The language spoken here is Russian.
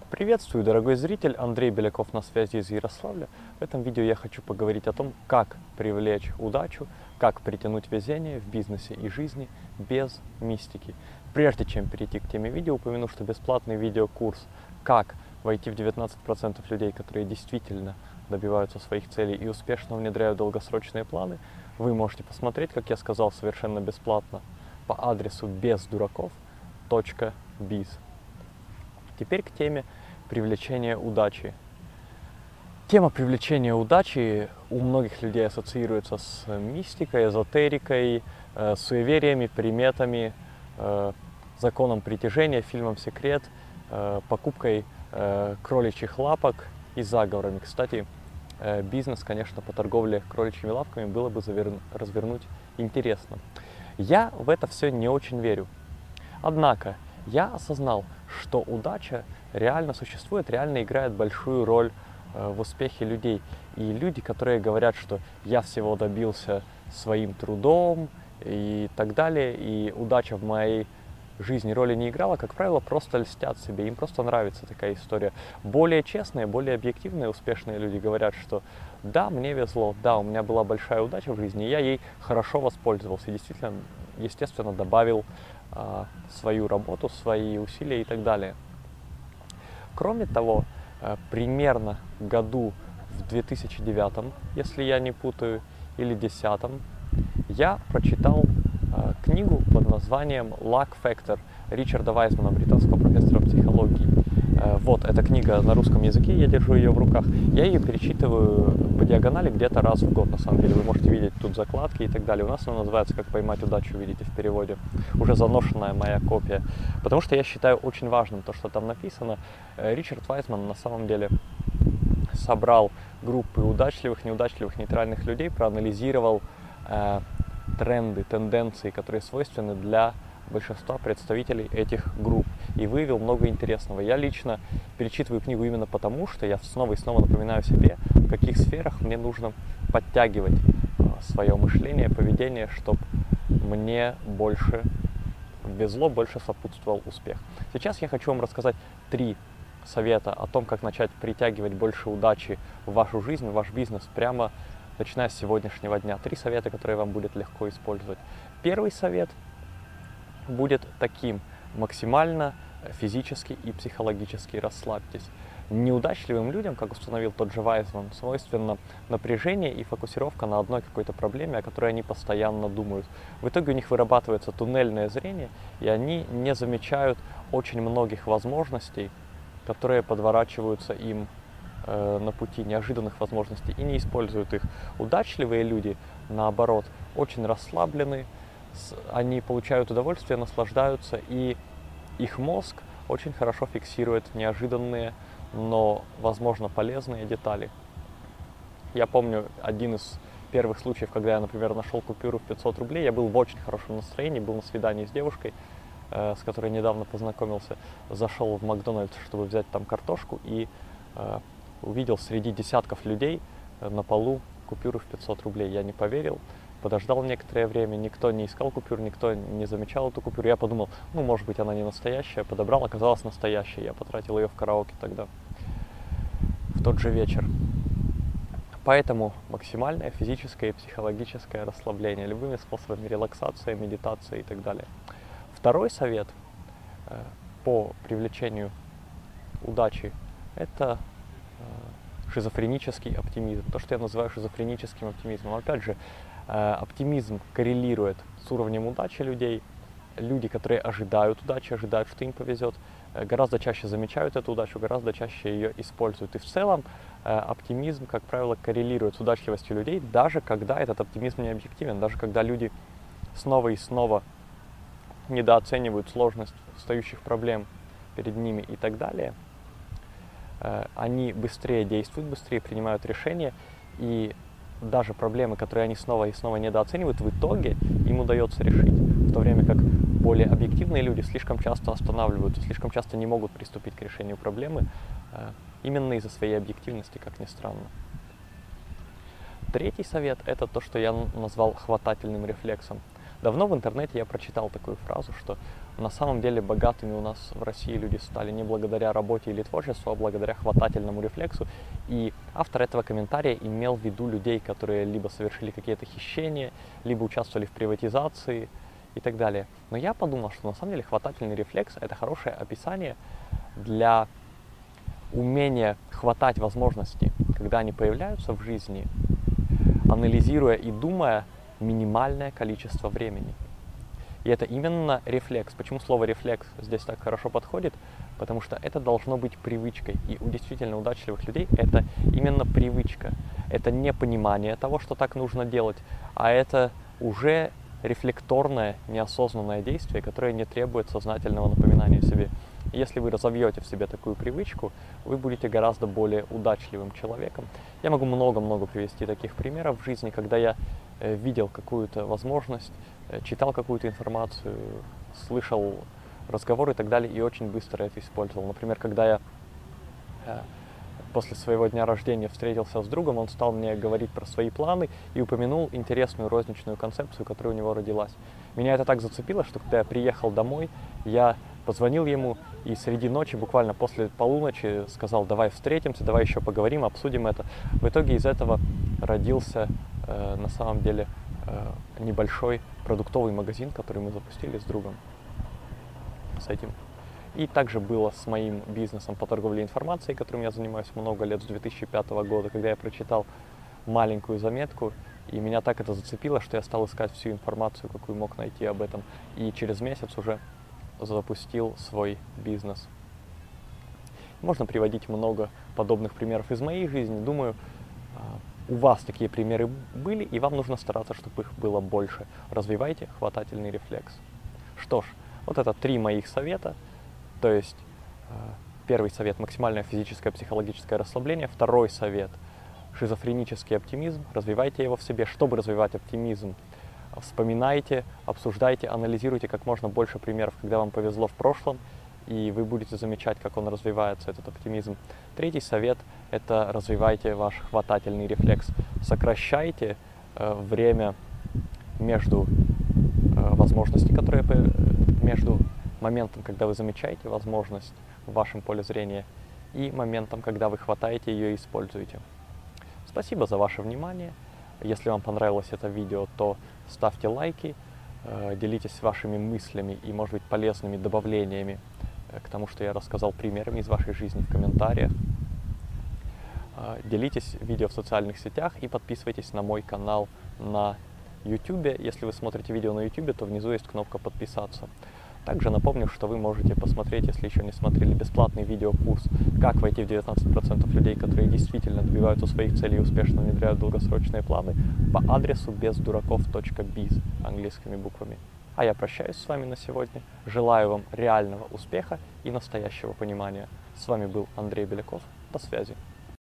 Приветствую, дорогой зритель! Андрей Беляков на связи из Ярославля. В этом видео я хочу поговорить о том, как привлечь удачу, как притянуть везение в бизнесе и жизни без мистики. Прежде чем перейти к теме видео, упомяну, что бесплатный видеокурс «Как войти в 19% людей, которые действительно добиваются своих целей и успешно внедряют долгосрочные планы», вы можете посмотреть, как я сказал, совершенно бесплатно по адресу бездураков.biz. Теперь к теме привлечения удачи. Тема привлечения удачи у многих людей ассоциируется с мистикой, эзотерикой, суевериями, приметами, законом притяжения, фильмом «Секрет», покупкой кроличьих лапок и заговорами. Кстати, бизнес, конечно, по торговле кроличьими лапками было бы развернуть интересно. Я в это все не очень верю. Однако я осознал, что удача реально существует, реально играет большую роль в успехе людей. И люди, которые говорят, что я всего добился своим трудом и так далее, и удача в моей жизни роли не играла, как правило, просто льстят себе, им просто нравится такая история. Более честные, более объективные, успешные люди говорят, что да, мне везло, да, у меня была большая удача в жизни, и я ей хорошо воспользовался, и действительно, естественно, добавил свою работу, свои усилия и так далее. Кроме того, примерно году в 2009, если я не путаю, или 2010, я прочитал книгу под названием Luck Factor Ричарда Вайзмана, британского профессора психологии. Вот эта книга на русском языке, я держу ее в руках. Я ее перечитываю по диагонали где-то раз в год, на самом деле. Вы можете видеть тут закладки и так далее. У нас она называется «Как поймать удачу», видите, в переводе. Уже заношенная моя копия. Потому что я считаю очень важным то, что там написано. Ричард Вайзман на самом деле собрал группы удачливых, неудачливых, нейтральных людей, проанализировал тренды, тенденции, которые свойственны для большинства представителей этих групп, и выявил много интересного. Я лично перечитываю книгу именно потому, что я снова и снова напоминаю себе, в каких сферах мне нужно подтягивать свое мышление, поведение, чтобы мне больше везло, больше сопутствовал успех. Сейчас я хочу вам рассказать 3 совета о том, как начать притягивать больше удачи в вашу жизнь, в ваш бизнес, прямо начиная с сегодняшнего дня. 3 совета, которые вам будет легко использовать. Первый совет будет таким: максимально физически и психологически расслабьтесь. Неудачливым людям, как установил тот же Вайзман, свойственно напряжение и фокусировка на одной какой-то проблеме, о которой они постоянно думают. В итоге у них вырабатывается туннельное зрение, и они не замечают очень многих возможностей, которые подворачиваются им на пути, неожиданных возможностей, и не используют их. Удачливые люди, наоборот, очень расслаблены, они получают удовольствие, наслаждаются, и их мозг очень хорошо фиксирует неожиданные, но, возможно, полезные детали. Я помню один из первых случаев, когда я, например, нашел купюру в 500 рублей, я был в очень хорошем настроении, был на свидании с девушкой, с которой недавно познакомился, зашел в Макдональдс, чтобы взять там картошку, и увидел среди десятков людей на полу купюру в 500 рублей. Я не поверил, подождал некоторое время, никто не искал купюр, никто не замечал эту купюру. Я подумал, ну, может быть, она не настоящая, подобрал, оказалась настоящая. Я потратил ее в караоке тогда, в тот же вечер. Поэтому максимальное физическое и психологическое расслабление любыми способами: релаксация, медитация и так далее. Второй совет по привлечению удачи – это шизофренический оптимизм. То, что я называю шизофреническим оптимизмом. Опять же, оптимизм коррелирует с уровнем удачи людей. Люди, которые ожидают удачи, ожидают, что им повезет, гораздо чаще замечают эту удачу, гораздо чаще ее используют. И в целом оптимизм, как правило, коррелирует с удачливостью людей, даже когда этот оптимизм не объективен, даже когда люди снова и снова недооценивают сложность встающих проблем перед ними и так далее. Они быстрее действуют, быстрее принимают решения, и даже проблемы, которые они снова и снова недооценивают, в итоге им удается решить. В то время как более объективные люди слишком часто останавливаются, слишком часто не могут приступить к решению проблемы именно из-за своей объективности, как ни странно. Третий совет – это то, что я назвал хватательным рефлексом. Давно в интернете я прочитал такую фразу, что На самом деле богатыми у нас в России люди стали не благодаря работе или творчеству, а благодаря хватательному рефлексу. И автор этого комментария имел в виду людей, которые либо совершили какие-то хищения, либо участвовали в приватизации и так далее. Но я подумал, что на самом деле хватательный рефлекс – это хорошее описание для умения хватать возможности, когда они появляются в жизни, анализируя и думая минимальное количество времени. И это именно рефлекс. Почему слово рефлекс здесь так хорошо подходит? Потому что это должно быть привычкой. И у действительно удачливых людей это именно привычка. Это не понимание того, что так нужно делать, а это уже рефлекторное, неосознанное действие, которое не требует сознательного напоминания себе. И если вы разовьете в себе такую привычку, вы будете гораздо более удачливым человеком. Я могу много-много привести таких примеров в жизни, когда я видел какую-то возможность, читал какую-то информацию, слышал разговоры и так далее, и очень быстро это использовал. Например, когда я после своего дня рождения встретился с другом, он стал мне говорить про свои планы и упомянул интересную розничную концепцию, которая у него родилась. Меня это так зацепило, что когда я приехал домой, я позвонил ему и среди ночи, буквально после полуночи, сказал: давай встретимся, давай еще поговорим, обсудим это. В итоге из этого родился на самом деле небольшой продуктовый магазин, который мы запустили с другом. С этим. И также было с моим бизнесом по торговле информацией, которым я занимаюсь много лет, с 2005 года, когда я прочитал маленькую заметку, и меня так это зацепило, что я стал искать всю информацию, какую мог найти об этом, и через месяц уже запустил свой бизнес. Можно приводить много подобных примеров из моей жизни. Думаю, у вас такие примеры были, и вам нужно стараться, чтобы их было больше. Развивайте хватательный рефлекс. Что ж, вот это 3 моих совета. То есть первый совет – максимальное физическое, психологическое расслабление. Второй совет – шизофренический оптимизм. Развивайте его в себе. Чтобы развивать оптимизм, вспоминайте, обсуждайте, анализируйте как можно больше примеров, когда вам повезло в прошлом, и вы будете замечать, как он развивается, этот оптимизм. Третий совет – это развивайте ваш хватательный рефлекс. Сокращайте время между возможностями, которые между моментом, когда вы замечаете возможность в вашем поле зрения, и моментом, когда вы хватаете ее и используете. Спасибо за ваше внимание. Если вам понравилось это видео, то ставьте лайки, делитесь вашими мыслями и, может быть, полезными добавлениями к тому, что я рассказал, примерами из вашей жизни в комментариях. Делитесь видео в социальных сетях и подписывайтесь на мой канал на YouTube. Если вы смотрите видео на YouTube, то внизу есть кнопка «Подписаться». Также напомню, что вы можете посмотреть, если еще не смотрели, бесплатный видеокурс «Как войти в 19% людей, которые действительно добиваются своих целей и успешно внедряют долгосрочные планы» по адресу бездураков.biz английскими буквами. А я прощаюсь с вами на сегодня. Желаю вам реального успеха и настоящего понимания. С вами был Андрей Беляков. До связи.